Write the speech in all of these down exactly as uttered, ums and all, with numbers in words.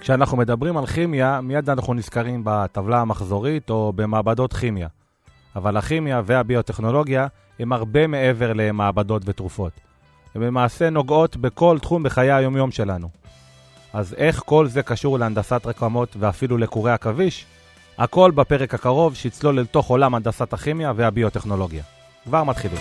כשאנחנו מדברים על כימיה, מיד אנחנו נזכרים בטבלה המחזורית או במעבדות כימיה. אבל הכימיה והביוטכנולוגיה הם הרבה מעבר למעבדות ותרופות. הן למעשה נוגעות בכל תחום בחיי היומיום שלנו. אז איך כל זה קשור להנדסת רקמות ואפילו לקורי עכביש? הכל בפרק הקרוב שיצלול לתוך עולם הנדסת הכימיה והביוטכנולוגיה. כבר מתחילים.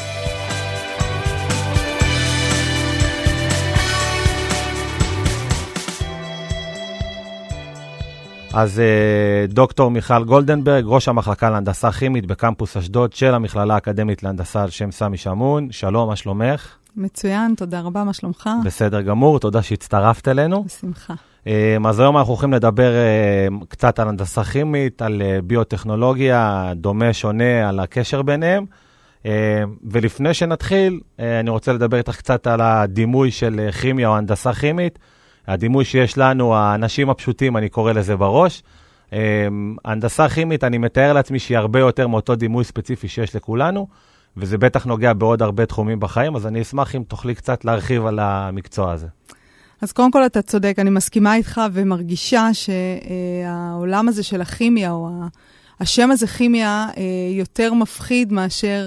אז דוקטור מיכל גולדנברג, ראש המחלקה להנדסה כימית בקמפוס אשדוד של המכללה האקדמית להנדסה על שם סמי שמון. שלום, מה שלומך? מצוין, תודה רבה, מה שלומך? בסדר גמור, תודה שהצטרפת אלינו. בשמחה. אז היום אנחנו הולכים לדבר קצת על הנדסה כימית, על ביוטכנולוגיה, דומה, שונה, על הקשר ביניהם. ולפני שנתחיל, אני רוצה לדבר איתך קצת על הדימוי של כימיה או הנדסה כימית. הדימוי שיש לנו, האנשים הפשוטים, אני קורא לזה בראש. הנדסה כימית, אני מתאר לעצמי שהיא הרבה יותר מאותו דימוי ספציפי שיש לכולנו, וזה בטח נוגע בעוד הרבה תחומים בחיים, אז אני אשמח אם תוכלי קצת להרחיב על המקצוע הזה. אז קודם כל אתה צודק, אני מסכימה איתך ומרגישה שהעולם הזה של הכימיה, או השם הזה כימיה, יותר מפחיד מאשר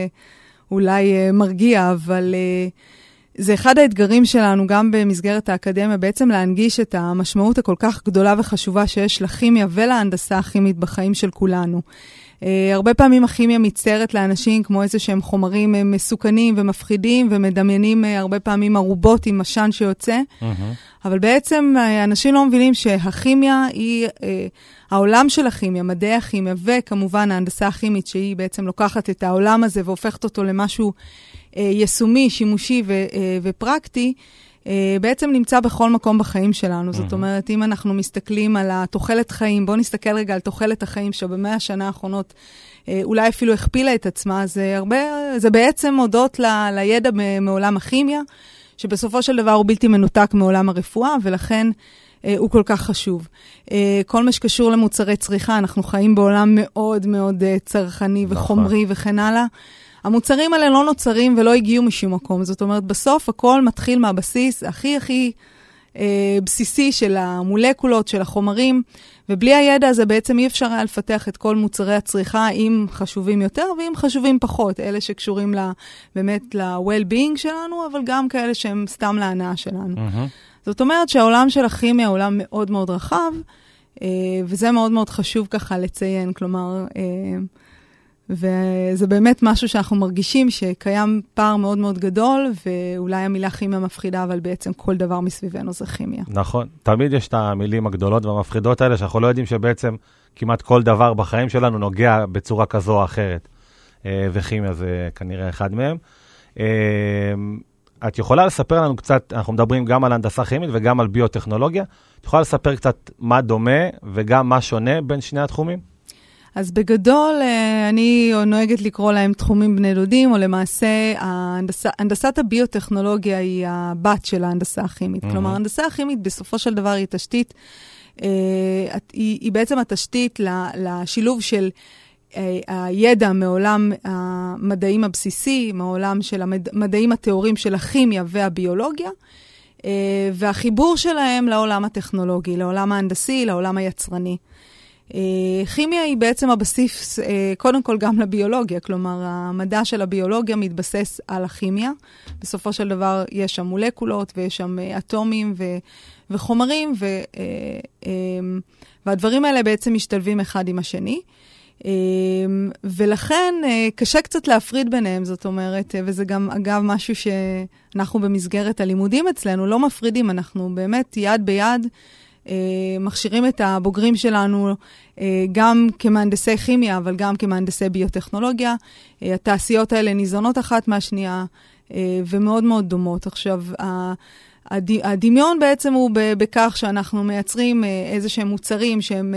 אולי מרגיע, אבל זה אחד האתגרים שלנו גם במסגרת האקדמיה, בעצם להנגיש את המשמעות הכל כך גדולה וחשובה שיש לכימיה ולהנדסה הכימית בחיים של כולנו. Uh, הרבה פעמים הכימיה מצטיירת לאנשים כמו איזה שהם חומרים uh, מסוכנים ומפחידים ומדמיינים uh, הרבה פעמים ערובות עם משן שיוצא, mm-hmm. אבל בעצם uh, אנשים לא מבינים שהכימיה היא, uh, העולם של הכימיה, מדעי הכימיה וכמובן ההנדסה הכימית שהיא בעצם לוקחת את העולם הזה והופכת אותו למשהו uh, יישומי, שימושי ו- uh, ופרקטי, בעצם נמצא בכל מקום בחיים שלנו. זאת אומרת, אם אנחנו מסתכלים על התוחלת חיים, בואו נסתכל רגע על תוחלת החיים שבמאה השנה האחרונות אולי אפילו הכפילה את עצמה, זה הרבה, זה בעצם הודות ל, לידע מעולם הכימיה, שבסופו של דבר הוא בלתי מנותק מעולם הרפואה, ולכן הוא כל כך חשוב. כל מה שקשור למוצרי צריכה, אנחנו חיים בעולם מאוד מאוד צרכני וחומרי וכן הלאה. המוצרים האלה לא נוצרים ולא הגיעו משום מקום. זאת אומרת, בסוף הכל מתחיל מהבסיס הכי הכי אה, בסיסי של המולקולות, של החומרים, ובלי הידע הזה בעצם אי אפשר היה לפתח את כל מוצרי הצריכה, אם חשובים יותר ואם חשובים פחות. אלה שקשורים לה, באמת ל-well-being שלנו, אבל גם כאלה שהם סתם להנאה שלנו. Mm-hmm. זאת אומרת שהעולם של הכימיה הוא עולם מאוד מאוד רחב, אה, וזה מאוד מאוד חשוב ככה לציין. כלומר, אה, וזה באמת משהו שאנחנו מרגישים שקיים פער מאוד מאוד גדול, ואולי המילה כימיה מפחידה, אבל בעצם כל דבר מסביבנו זה כימיה. נכון. תמיד יש את המילים הגדולות והמפחידות האלה, שאנחנו לא יודעים שבעצם כמעט כל דבר בחיים שלנו נוגע בצורה כזו או אחרת. וכימיה זה כנראה אחד מהם. את יכולה לספר לנו קצת, אנחנו מדברים גם על הנדסה כימית וגם על ביוטכנולוגיה. את יכולה לספר קצת מה דומה וגם מה שונה בין שני התחומים? אז בגדול, אני נוהגת לקרוא להם תחומים בני דודים, או למעשה, ההנדסה, הנדסת הביוטכנולוגיה היא הבת של ההנדסה הכימית. Mm-hmm. כלומר, ההנדסה הכימית בסופו של דבר היא תשתית, היא, היא בעצם התשתית לשילוב של הידע מעולם המדעים הבסיסי, מעולם של המדעים התיאוריים של הכימיה והביולוגיה, והחיבור שלהם לעולם הטכנולוגי, לעולם ההנדסי, לעולם היצרני. כימיה היא בעצם הבסיס, קודם כל גם לביולוגיה, כלומר, המדע של הביולוגיה מתבסס על הכימיה. בסופו של דבר יש שם מולקולות ויש שם אטומים ו- וחומרים, ו- והדברים האלה בעצם משתלבים אחד עם השני. ולכן קשה קצת להפריד ביניהם, זאת אומרת, וזה גם אגב משהו שאנחנו במסגרת הלימודים אצלנו לא מפרידים, אנחנו באמת יד ביד, מכשירים את הבוגרים שלנו גם כמהנדסי כימיה, אבל גם כמהנדסי ביוטכנולוגיה. התעשיות האלה ניזונות אחת מהשנייה, ומאוד מאוד דומות. עכשיו, הדמיון בעצם הוא בכך שאנחנו מייצרים איזה שהם מוצרים שהם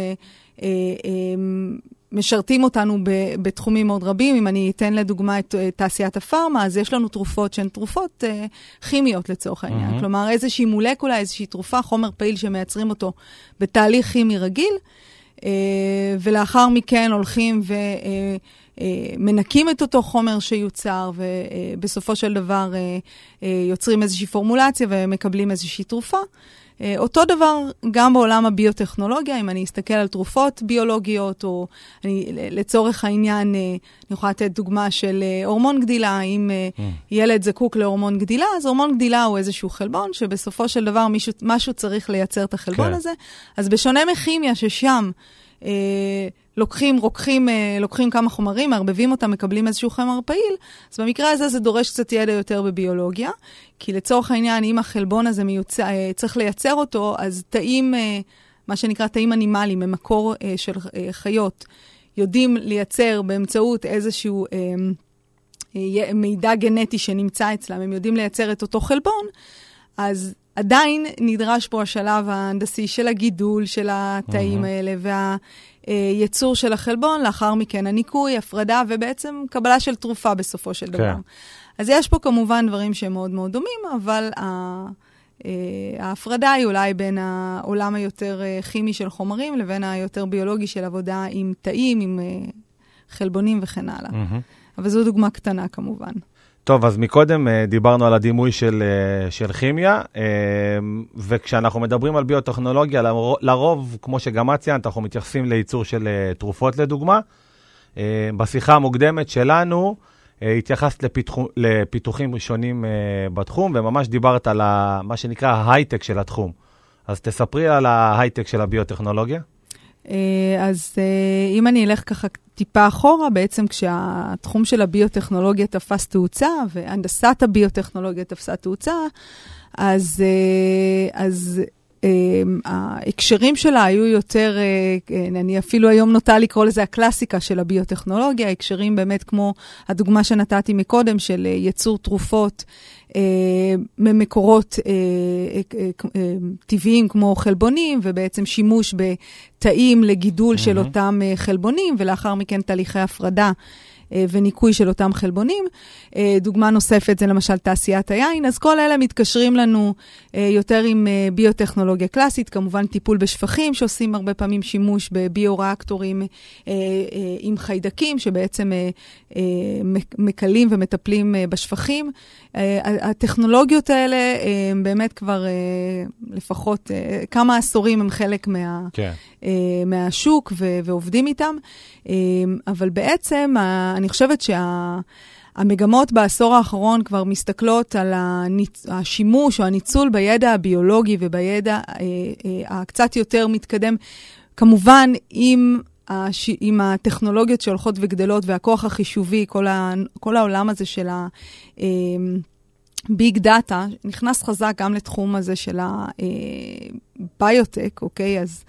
משרתים אותנו בתחומים מאוד רבים. אם אני אתן לדוגמה את תעשיית הפארמה, אז יש לנו תרופות שהן תרופות כימיות לצורך העניין. כלומר, איזושהי מולקולה, איזושהי תרופה, חומר פעיל שמייצרים אותו בתהליך כימי רגיל, ולאחר מכן הולכים ומנקים את אותו חומר שיוצר, ובסופו של דבר יוצרים איזושהי פורמולציה ומקבלים איזושהי תרופה. אותו דבר גם בעולם הביוטכנולוגיה, אם אני אסתכל על תרופות ביולוגיות, או אני, לצורך העניין, אני יכולה לתת דוגמה של הורמון גדילה, אם mm. ילד זקוק להורמון גדילה, אז הורמון גדילה הוא איזשהו חלבון, שבסופו של דבר מישהו, משהו צריך לייצר את החלבון כן. הזה. אז בשונה מכימיה ששם, אה, לוקחים, רוקחים, לוקחים כמה חומרים, מערבבים אותם, מקבלים איזשהו חומר פעיל, אז במקרה הזה זה דורש קצת ידע יותר בביולוגיה, כי לצורך העניין, אם החלבון הזה מיוצא, צריך לייצר אותו, אז תאים, מה שנקרא תאים אנימליים, ממקור של חיות, יודעים לייצר באמצעות איזשהו מידע גנטי שנמצא אצלם, הם יודעים לייצר את אותו חלבון, אז עדיין נדרש פה השלב ההנדסי של הגידול של התאים האלה, והייצור של החלבון, לאחר מכן הניקוי, הפרדה, ובעצם קבלה של תרופה בסופו של דבר. אז יש פה כמובן דברים שהם מאוד מאוד דומים, אבל ההפרדה היא אולי בין העולם היותר כימי של חומרים, לבין היותר ביולוגי של עבודה עם תאים, עם חלבונים וכן הלאה. אבל זו דוגמה קטנה כמובן. טוב, אז מקודם דיברנו על הדימוי של, של כימיה, וכשאנחנו מדברים על ביוטכנולוגיה, לרוב, כמו שגם את ציינת, אנחנו מתייחסים לייצור של תרופות לדוגמה. בשיחה המוקדמת שלנו, התייחסת לפיתוח, לפיתוחים ראשונים בתחום, וממש דיברת על מה שנקרא ההייטק של התחום. אז תספרי על ההייטק של הביוטכנולוגיה. אז אם אני אלך ככה טיפה אחורה, בעצם כשהתחום של הביוטכנולוגיה תפס תאוצה, והנדסת הביוטכנולוגיה תפסה תאוצה, אז, אז ההקשרים שלה היו יותר, אני אפילו היום נוטה לקרוא לזה הקלאסיקה של הביוטכנולוגיה, הקשרים באמת כמו הדוגמה שנתתי מקודם של יצור תרופות, ממקורות טבעיים כמו חלבונים, ובעצם שימוש בתאים לגידול של אותם חלבונים, ולאחר מכן תהליכי הפרדה וניקוי של אותם חלבונים. דוגמה נוספת זה למשל תעשיית היין, אז כל אלה מתקשרים לנו יותר עם ביוטכנולוגיה קלאסית, כמובן טיפול בשפכים שעושים הרבה פעמים שימוש בביו-ריאקטורים עם חיידקים שבעצם מקלים ומטפלים בשפכים. הטכנולוגיות האלה באמת כבר לפחות כמה עשורים הם חלק מה, כן. מהשוק ועובדים איתם, אבל בעצם אני חושבת שהמגמות בעשור האחרון כבר מסתכלות על השימוש או הניצול בידע הביולוגי ובידע הקצת יותר מתקדם, כמובן עם עם הטכנולוגיות שהולכות וגדלות והכוח החישובי, כל, ה, כל העולם הזה של הביג דאטה, נכנס חזק גם לתחום הזה של הביוטק, אוקיי? אז,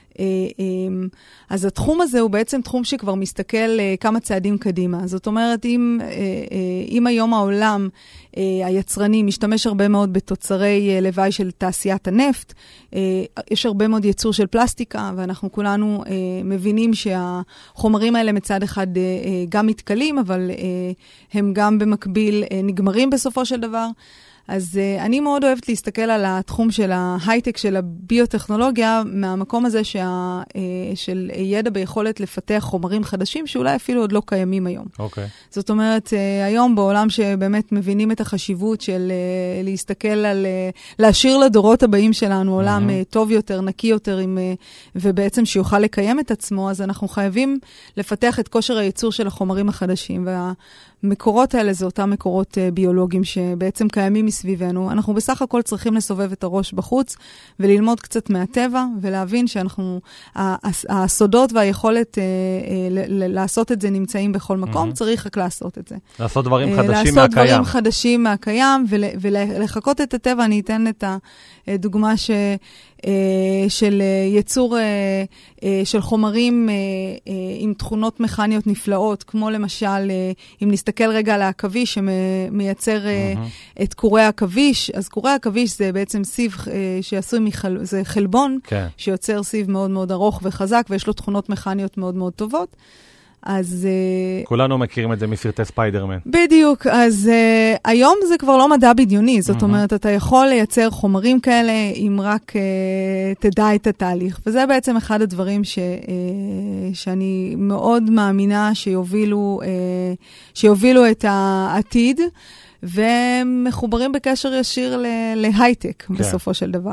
אז התחום הזה הוא בעצם תחום שכבר מסתכל כמה צעדים קדימה. זאת אומרת, אם, אם היום העולם היצרני משתמש הרבה מאוד בתוצרי לוואי של תעשיית הנפט, יש הרבה מאוד ייצור של פלסטיקה, ואנחנו כולנו מבינים שהחומרים האלה מצד אחד גם מתקלים, אבל הם גם במקביל נגמרים בסופו של דבר. אז uh, אני מאוד אוהבת להסתכל על התחום של ההייטק, של הביוטכנולוגיה, מהמקום הזה שה, uh, של ידע ביכולת לפתח חומרים חדשים, שאולי אפילו עוד לא קיימים היום. אוקיי. זאת אומרת, uh, היום בעולם שבאמת מבינים את החשיבות של uh, להסתכל על, uh, להשאיר לדורות הבאים שלנו, עולם mm-hmm. uh, טוב יותר, נקי יותר, עם, uh, ובעצם שיוכל לקיים את עצמו, אז אנחנו חייבים לפתח את כושר הייצור של החומרים החדשים, וה... מקורות האלה זה אותם מקורות uh, ביולוגיים שבעצם קיימים מסביבנו. אנחנו בסך הכל צריכים לסובב את הראש בחוץ וללמוד קצת מהטבע ולהבין שאנחנו, הסודות והיכולת uh, uh, ל- ל- לעשות את זה נמצאים בכל מקום, mm-hmm. צריך רק לעשות את זה. לעשות דברים חדשים uh, לעשות מהקיים. לעשות דברים חדשים מהקיים ול- ולחכות את הטבע. אני אתן את הדוגמה ש... של ייצור של חומרים עם תכונות מכניות נפלאות, כמו למשל, אם נסתכל רגע על העכביש שמייצר את קורי העכביש, אז קורי העכביש זה בעצם סיב שעשוי מחל... זה חלבון, שיוצר סיב מאוד מאוד ארוך וחזק, ויש לו תכונות מכניות מאוד מאוד טובות. אז... כולנו מכירים את זה מסרטי ספיידרמן. בדיוק, אז uh, היום זה כבר לא מדע בדיוני, זאת mm-hmm. אומרת, אתה יכול לייצר חומרים כאלה אם רק uh, תדע את התהליך. וזה בעצם אחד הדברים ש, uh, שאני מאוד מאמינה שיובילו, uh, שיובילו את העתיד, ומחוברים בקשר ישיר ל- להייטק okay. בסופו של דבר.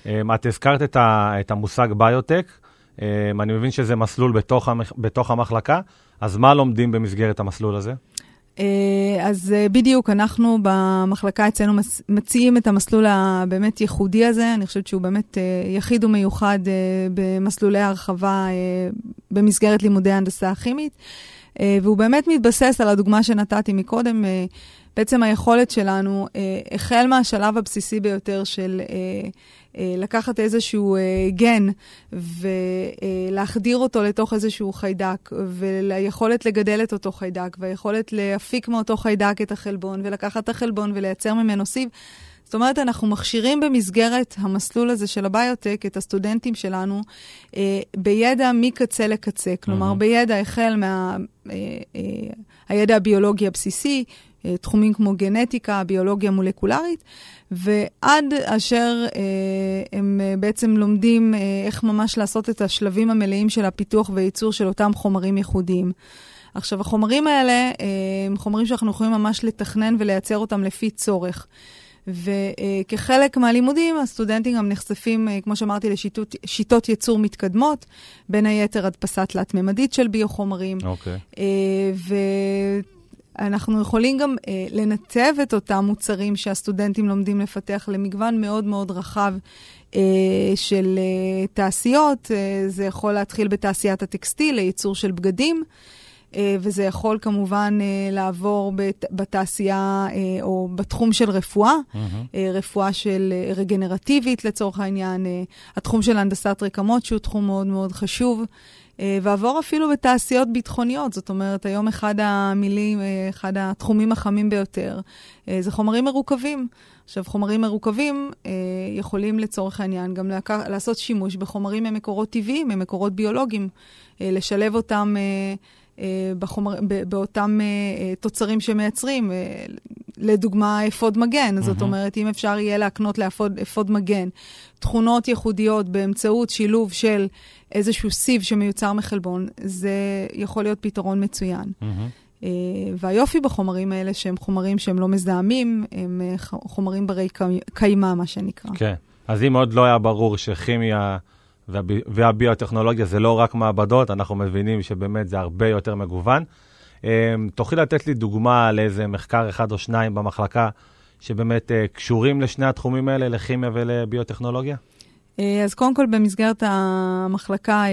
את הזכרת את, ה, את המושג ביוטק, אני מבין שזה מסלול בתוך, המח, בתוך המחלקה, אז מה לומדים במסגרת המסלול הזה? אז בדיוק, אנחנו במחלקה אצלנו מציעים את המסלול הבאמת ייחודי הזה, אני חושבת שהוא באמת יחיד ומיוחד במסלולי הרחבה במסגרת לימודי ההנדסה הכימית, והוא באמת מתבסס על הדוגמה שנתתי מקודם, בעצם היכולת שלנו, החל מהשלב הבסיסי ביותר של לקחת איזשהו גן ולהחדיר אותו לתוך איזשהו חיידק, וליכולת לגדל את אותו חיידק, והיכולת להפיק מאותו חיידק את החלבון, ולקחת את החלבון ולייצר ממנו סיב. זאת אומרת, אנחנו מכשירים במסגרת המסלול הזה של הביוטק את הסטודנטים שלנו בידע מקצה לקצה. כלומר, בידע החל מהידע הביולוגי הבסיסי, תחומים כמו גנטיקה, ביולוגיה מולקולרית, ועד אשר אה, הם בעצם לומדים אה, איך ממש לעשות את השלבים המלאים של הפיתוח וייצור של אותם חומרים ייחודיים. עכשיו, החומרים האלה אה, הם חומרים שאנחנו יכולים ממש לתכנן ולייצר אותם לפי צורך. וכחלק מהלימודים, הסטודנטים גם נחשפים, כמו שאמרתי, לשיטות ייצור מתקדמות, בין היתר הדפסה תלת-ממדית של ביו-חומרים. אוקיי. ו... אנחנו יכולים גם אה, לנתב את אותם מוצרים שהסטודנטים לומדים לפתח למגוון מאוד מאוד רחב אה, של אה, תעשיות. אה, זה יכול להתחיל בתעשיית הטקסטיל, לייצור של בגדים, אה, וזה יכול כמובן אה, לעבור בת, בתעשייה אה, או בתחום של רפואה, mm-hmm. אה, רפואה של אה, רגנרטיבית לצורך העניין, אה, התחום של הנדסת רקמות שהוא תחום מאוד מאוד חשוב, ועבור אפילו בתעשיות ביטחוניות. זאת אומרת, היום אחד המילים, אחד התחומים החמים ביותר, זה חומרים מרוכבים. עכשיו, חומרים מרוכבים יכולים לצורך העניין גם לעשות שימוש בחומרים ממקורות טבעיים, ממקורות ביולוגיים, לשלב אותם בחומר, באותם תוצרים שמייצרים, לדוגמה אפוד מגן. Mm-hmm. זאת אומרת, אם אפשר יהיה להקנות לאפוד אפוד מגן תכונות ייחודיות באמצעות שילוב של איזשהו סיב שמיוצר מחלבון, זה יכול להיות פתרון מצוין. Mm-hmm. והיופי בחומרים האלה שהם חומרים שהם לא מזהמים, הם חומרים ברי קיימה, מה שנקרא. כן. אז אם עוד לא היה ברור שכימיה והביוטכנולוגיה זה לא רק מעבדות, אנחנו מבינים שבאמת זה הרבה יותר מגוון. תוכלי לתת לי דוגמה לאיזה מחקר אחד או שניים במחלקה, שבאמת קשורים לשני התחומים האלה, לכימיה ולביוטכנולוגיה? אז קודם כל במסגרת המחלקה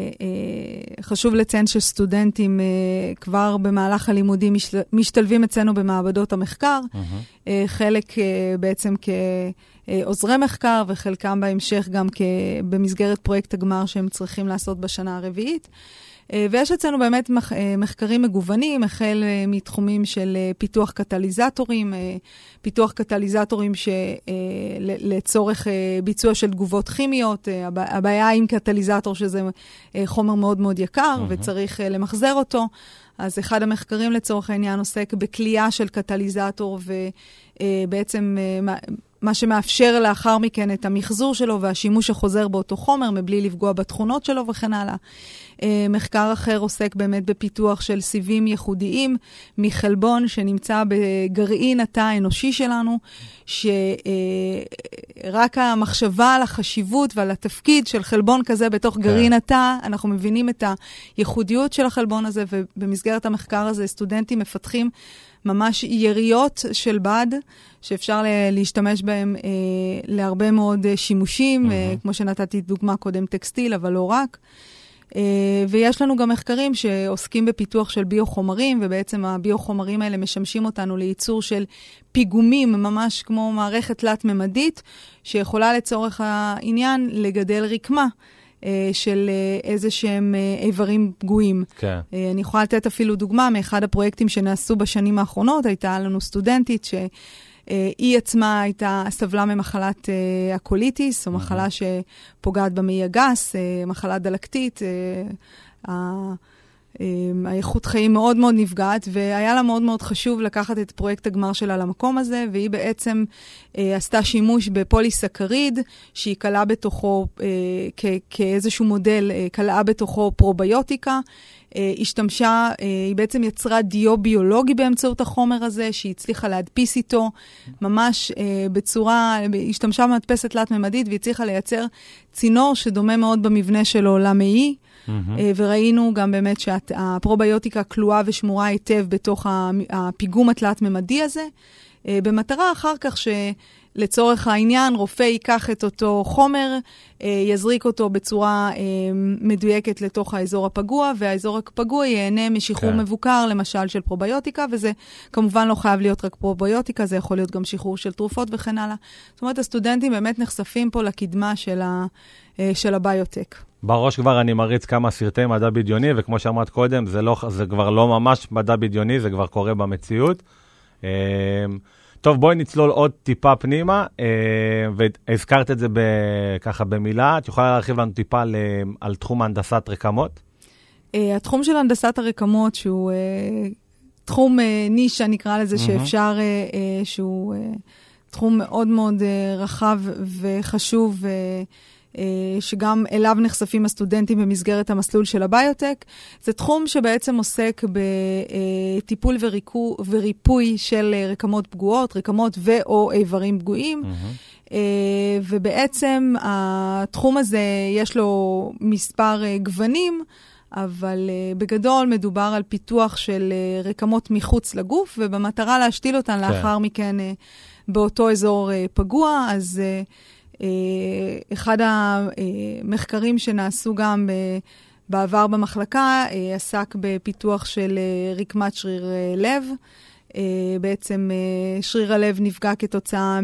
חשוב לציין שסטודנטים כבר במהלך הלימודים משתלבים אצלנו במעבדות המחקר, mm-hmm. חלק בעצם כעוזרי מחקר וחלקם בהמשך גם במסגרת פרויקט הגמר שהם צריכים לעשות בשנה הרביעית. ויש אצלנו באמת מחקרים מגוונים, החל מתחומים של פיתוח קטליזטורים, פיתוח קטליזטורים לצורך ביצוע של תגובות כימיות. הבעיה עם קטליזטור שזה חומר מאוד מאוד יקר, mm-hmm. וצריך למחזר אותו. אז אחד המחקרים לצורך העניין עוסק בקלייה של קטליזטור, ובעצם מה שמאפשר לאחר מכן את המחזור שלו והשימוש החוזר באותו חומר, מבלי לפגוע בתכונות שלו וכן הלאה. מחקר אחר עוסק באמת בפיתוח של סיבים ייחודיים מחלבון שנמצא בגרעין התא האנושי שלנו, שרק המחשבה על החשיבות ועל התפקיד של חלבון כזה בתוך גרעין התא, אנחנו מבינים את הייחודיות של החלבון הזה, ובמסגרת המחקר הזה סטודנטים מפתחים ממש יריות של בד, שאפשר להשתמש בהם אה, להרבה מאוד שימושים, mm-hmm. אה, כמו שנתתי דוגמה קודם טקסטיל, אבל לא רק. אה, ויש לנו גם מחקרים שעוסקים בפיתוח של ביו-חומרים, ובעצם הביו-חומרים האלה משמשים אותנו לייצור של פיגומים, ממש כמו מערכת תלת-ממדית, שיכולה לצורך העניין לגדל רקמה. של איזה שהם איברים פגועים. כן. אני יכולה לתת אפילו דוגמה מאחד הפרויקטים שנעשו בשנים האחרונות, הייתה לנו סטודנטית שהיא עצמה הייתה סבלה ממחלת הקוליטיס, או מחלה שפוגעת במעי הגס, מחלה דלקתית, האיכות חיים מאוד מאוד נפגעת, והיה לה מאוד מאוד חשוב לקחת את פרויקט הגמר שלה למקום הזה, והיא בעצם אה, עשתה שימוש בפוליסקריד, שהיא קלה בתוכו, אה, כ- כאיזשהו מודל, אה, קלה בתוכו פרוביוטיקה, השתמשה, היא בעצם יצרה דיו ביולוגי באמצעות החומר הזה, שהיא הצליחה להדפיס איתו, ממש בצורה, השתמשה במדפסת תלת-ממדית, והיא הצליחה לייצר צינור שדומה מאוד במבנה שלו למעי, mm-hmm. וראינו גם באמת שהפרוביוטיקה כלואה ושמורה היטב בתוך הפיגום התלת-ממדי הזה, במטרה אחר כך שלצורך העניין רופא ייקח את אותו חומר, יזריק אותו בצורה מדויקת לתוך האזור הפגוע, והאזור הפגוע ייהנה משחרור כן. מבוקר, למשל של פרוביוטיקה, וזה כמובן לא חייב להיות רק פרוביוטיקה, זה יכול להיות גם שחרור של תרופות וכן הלאה. זאת אומרת, הסטודנטים באמת נחשפים פה לקדמה של, ה, של הביוטק. בראש כבר אני מריץ כמה סרטי מדע בדיוני, וכמו שאמרת קודם, זה, לא, זה כבר לא ממש מדע בדיוני, זה כבר קורה במציאות. טוב, בואי נצלול עוד טיפה פנימה, והזכרת את זה ככה במילה. את יכולה להרחיב לנו טיפה על תחום הנדסת רקמות? התחום של הנדסת הרקמות, שהוא תחום נישה, נקרא לזה, שאפשר, שהוא תחום מאוד מאוד רחב וחשוב, שגם אליו נחשפים הסטודנטים במסגרת המסלול של הביוטק. זה תחום שבעצם עוסק בטיפול וריקו, וריפוי של רקמות פגועות, רקמות ו/או איברים פגועים. Mm-hmm. ובעצם התחום הזה יש לו מספר גוונים, אבל בגדול מדובר על פיתוח של רקמות מחוץ לגוף, ובמטרה להשתיל אותן כן. לאחר מכן באותו אזור פגוע. אז אחד המחקרים שנעשו גם בעבר במחלקה עסק בפיתוח של רקמת שריר לב. בעצם שריר הלב נפגע כתוצאה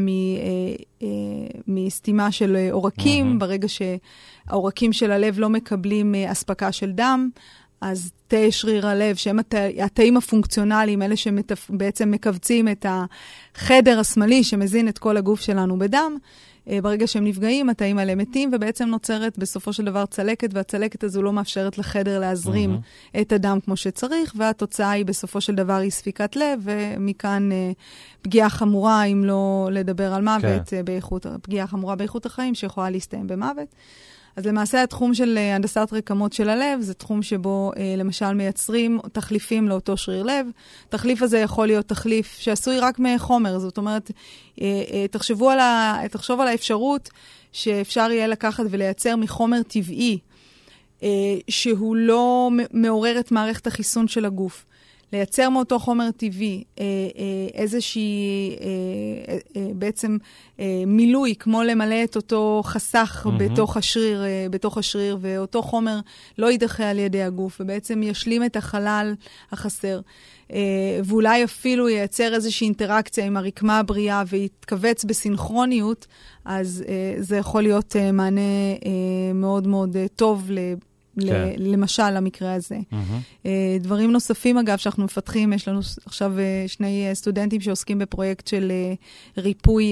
מסתימה של עורקים. ברגע שהעורקים של הלב לא מקבלים אספקה של דם, אז תאי שריר הלב, שהם התאים הפונקציונליים, אלה שבעצם מקבצים את החדר השמאלי שמזין את כל הגוף שלנו בדם, ברגע שהם נפגעים, התאים האלה מתים, ובעצם נוצרת בסופו של דבר צלקת, והצלקת הזו לא מאפשרת לחדר להזרים mm-hmm. את הדם כמו שצריך, והתוצאה היא בסופו של דבר היא ספיקת לב, ומכאן אה, פגיעה חמורה, אם לא לדבר על מוות, okay. באיכות, פגיעה חמורה באיכות החיים, שיכולה להסתיים במוות. אז למעשה התחום של הנדסת רקמות של הלב, זה תחום שבו אה, למשל מייצרים תחליפים לאותו שריר לב. תחליף הזה יכול להיות תחליף שעשוי רק מחומר, זאת אומרת, אה, אה, תחשבו על ה, תחשוב על האפשרות שאפשר יהיה לקחת ולייצר מחומר טבעי, אה, שהוא לא מעורר את מערכת החיסון של הגוף. לייצר מאותו חומר טבעי אה, אה, איזושהי אה, אה, בעצם אה, מילוי, כמו למלא את אותו חסך mm-hmm. בתוך השריר, אה, בתוך השריר, ואותו חומר לא יידחה על ידי הגוף, ובעצם ישלים את החלל החסר. אה, ואולי אפילו ייצר איזושהי אינטראקציה עם הרקמה הבריאה, ויתכווץ בסינכרוניות, אז אה, זה יכול להיות אה, מענה אה, מאוד מאוד אה, טוב לבריאות. כן. למשל, למקרה הזה. Mm-hmm. דברים נוספים, אגב, שאנחנו מפתחים, יש לנו עכשיו שני סטודנטים שעוסקים בפרויקט של ריפוי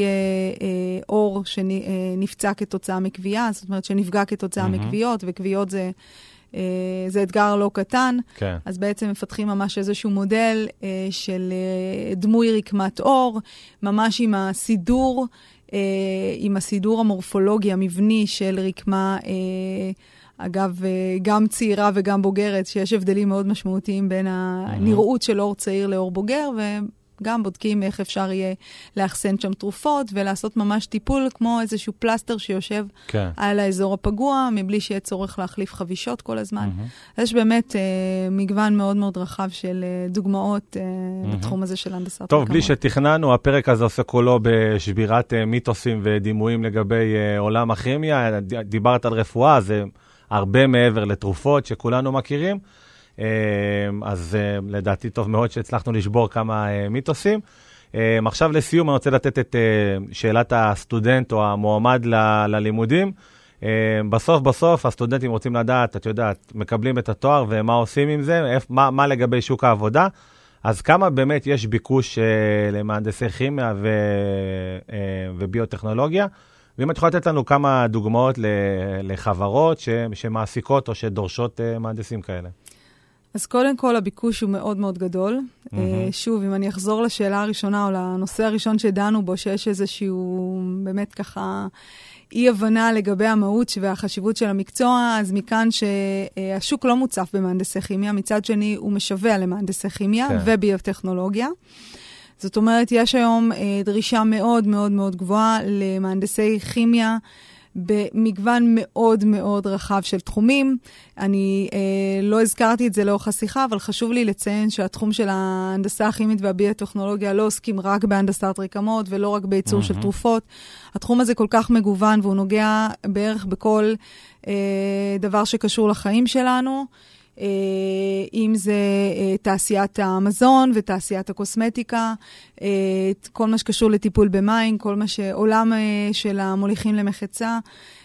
אור שנפצע כתוצאה מקביעה, זאת אומרת שנפגע כתוצאה mm-hmm. מקביעות, וקביעות זה, זה אתגר לא קטן. כן. אז בעצם מפתחים ממש איזשהו מודל של דמוי רקמת אור, ממש עם הסידור, עם הסידור המורפולוגי, המבני של רקמה אגב, גם צעירה וגם בוגרת, שיש הבדלים מאוד משמעותיים בין הנראות של אור צעיר לאור בוגר, וגם בודקים איך אפשר יהיה לאחסן שם תרופות, ולעשות ממש טיפול כמו איזשהו פלסטר שיושב כן. על האזור הפגוע, מבלי שיהיה צורך להחליף חבישות כל הזמן. Mm-hmm. יש באמת אה, מגוון מאוד מאוד רחב של אה, דוגמאות אה, mm-hmm. בתחום הזה של הנדסת רקמות. טוב, בלי שתכננו, הפרק הזה עושה כולו בשבירת אה, מיתוסים ודימויים לגבי אה, עולם הכימיה. דיברת על רפואה, זה הרבה מעבר לתרופות שכולנו מכירים, אז לדעתי טוב מאוד שהצלחנו לשבור כמה מיתוסים. עכשיו לסיום אני רוצה לתת את שאלת הסטודנט או המועמד ל- ללימודים. בסוף בסוף הסטודנטים רוצים לדעת, את יודעת, מקבלים את התואר ומה עושים עם זה, מה, מה לגבי שוק העבודה. אז כמה באמת יש ביקוש למהנדסי כימיה ו- וביוטכנולוגיה? ואם את יכולה לתת לנו כמה דוגמאות לחברות שמעסיקות או שדורשות מהנדסים כאלה. אז קודם כל, הביקוש הוא מאוד מאוד גדול. Mm-hmm. שוב, אם אני אחזור לשאלה הראשונה, או לנושא הראשון שדנו בו, שיש איזשהו באמת ככה אי הבנה לגבי המהות והחשיבות של המקצוע, אז מכאן שהשוק לא מוצף במהנדסי כימיה, מצד שני הוא משווה למהנדסי כימיה כן. וביוטכנולוגיה. זאת אומרת, יש היום דרישה מאוד מאוד מאוד גבוהה למהנדסי כימיה, במגוון מאוד מאוד רחב של תחומים. אני אה, לא הזכרתי את זה לאורך השיחה, אבל חשוב לי לציין שהתחום של ההנדסה הכימית והביוטכנולוגיה לא עוסקים רק בהנדסת רקמות ולא רק בייצור mm-hmm. של תרופות. התחום הזה כל כך מגוון והוא נוגע בערך בכל אה, דבר שקשור לחיים שלנו. אם זה תעשיית המזון ותעשיית הקוסמטיקה, כל מה שקשור לטיפול במים, כל מה שעולם של המוליכים למחצה,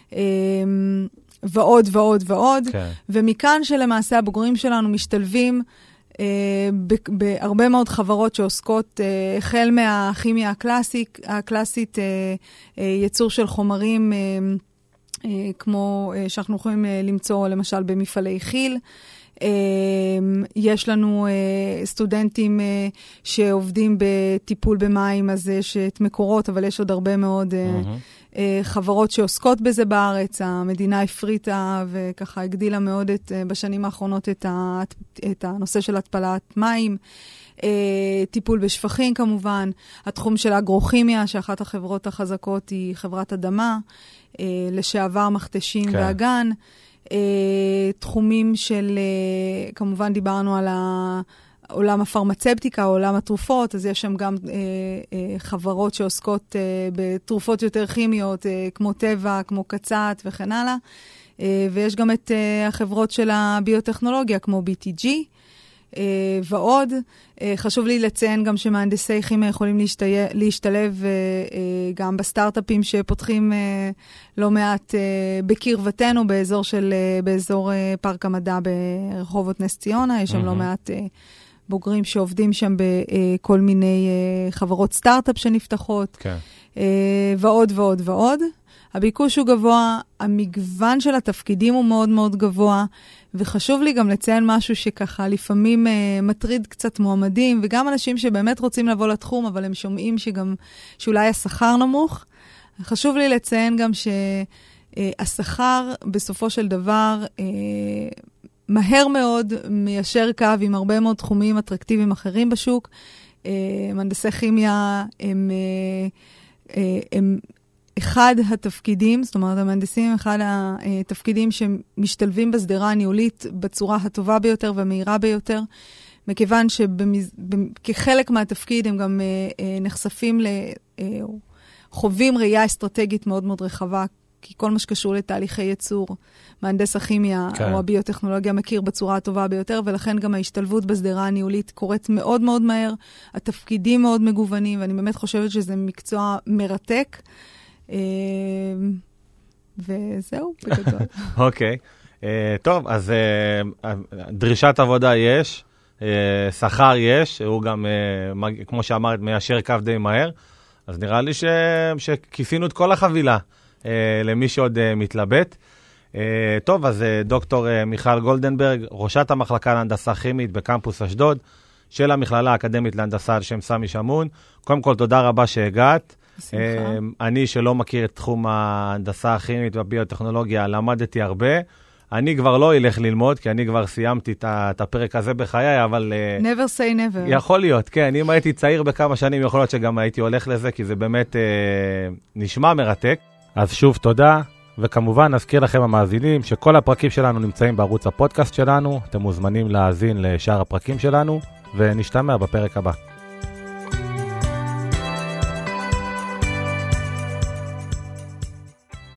ועוד ועוד ועוד. כן. ומכאן שלמעשה הבוגרים שלנו משתלבים בהרבה מאוד חברות שעוסקות החל מהכימיה הקלאסית, הקלאסית ייצור של חומרים כמו שאנחנו יכולים למצוא למשל במפעלי חיל. יש לנו סטודנטים שעובדים בטיפול במים, אז יש את מקורות, אבל יש עוד הרבה מאוד חברות שעוסקות בזה בארץ. המדינה הפריטה וככה הגדילה מאוד את, בשנים האחרונות את, ה, את הנושא של התפלת מים. טיפול בשפכים כמובן, התחום של האגרוכימיה, שאחת החברות החזקות היא חברת אדמה, לשעבר מכתשים כן. ואגן, תחומים של, כמובן דיברנו על עולם הפרמצפטיקה, עולם התרופות, אז יש שם גם חברות שעוסקות בתרופות יותר כימיות, כמו טבע, כמו קצת וכן הלאה, ויש גם את החברות של הביוטכנולוגיה, כמו בי טי ג'י, ועוד. חשוב לי לציין גם שמהנדסי כימיה יכולים להשתלב גם בסטארט-אפים שפותחים לא מעט בקרבתנו, באזור של, באזור פארק המדע ברחובות נס ציונה. יש שם לא מעט בוגרים שעובדים שם בכל מיני חברות סטארט-אפ שנפתחות, כן. ועוד ועוד ועוד. הביקוש הוא גבוה, המגוון של התפקידים הוא מאוד מאוד גבוה, וחשוב לי גם לציין משהו שככה לפעמים אה, מטריד קצת מועמדים, וגם אנשים שבאמת רוצים לבוא לתחום, אבל הם שומעים שגם, שאולי השכר נמוך. חשוב לי לציין גם שהשכר אה, בסופו של דבר אה, מהר מאוד מיישר קו עם הרבה מאוד תחומים אטרקטיביים אחרים בשוק. אה, מהנדסי כימיה הם... אה, אה, הם אחד התפקידים, זאת אומרת, המהנדסים, אחד התפקידים שמשתלבים בסדרה הניהולית בצורה הטובה ביותר והמהירה ביותר, מכיוון שכחלק מהתפקיד הם גם נחשפים לחווים ראייה אסטרטגית מאוד מאוד רחבה, כי כל מה שקשור לתהליכי ייצור, מהנדס הכימיה כן. או הביוטכנולוגיה מכיר בצורה הטובה ביותר, ולכן גם ההשתלבות בסדרה הניהולית קורית מאוד מאוד מהר, התפקידים מאוד מגוונים, ואני באמת חושבת שזה מקצוע מרתק, וזהו, בגדול. אוקיי. טוב, אז דרישת עבודה יש, שכר יש, הוא גם, כמו שאמרת, מיישר קו די מהר, אז נראה לי שכיסינו את כל החבילה למי שעוד מתלבט. טוב, אז דוקטור מיכל גולדנברג, ראשת המחלקה להנדסה כימית בקמפוס אשדוד, של המכללה האקדמית להנדסה על שם סמי שמון. קודם כל, תודה רבה שהגעת. אני שלא מכיר את תחום ההנדסה הכימית והביוטכנולוגיה, למדתי הרבה. אני כבר לא אלך ללמוד, כי אני כבר סיימתי את הפרק הזה בחיי, אבל... never say never. יכול להיות, כן. אם הייתי צעיר בכמה שנים, יכול להיות שגם הייתי הולך לזה, כי זה באמת נשמע מרתק. אז שוב תודה, וכמובן נזכיר לכם המאזינים, שכל הפרקים שלנו נמצאים בערוץ הפודקאסט שלנו, אתם מוזמנים להאזין לשאר הפרקים שלנו, ונשתמע בפרק הבא.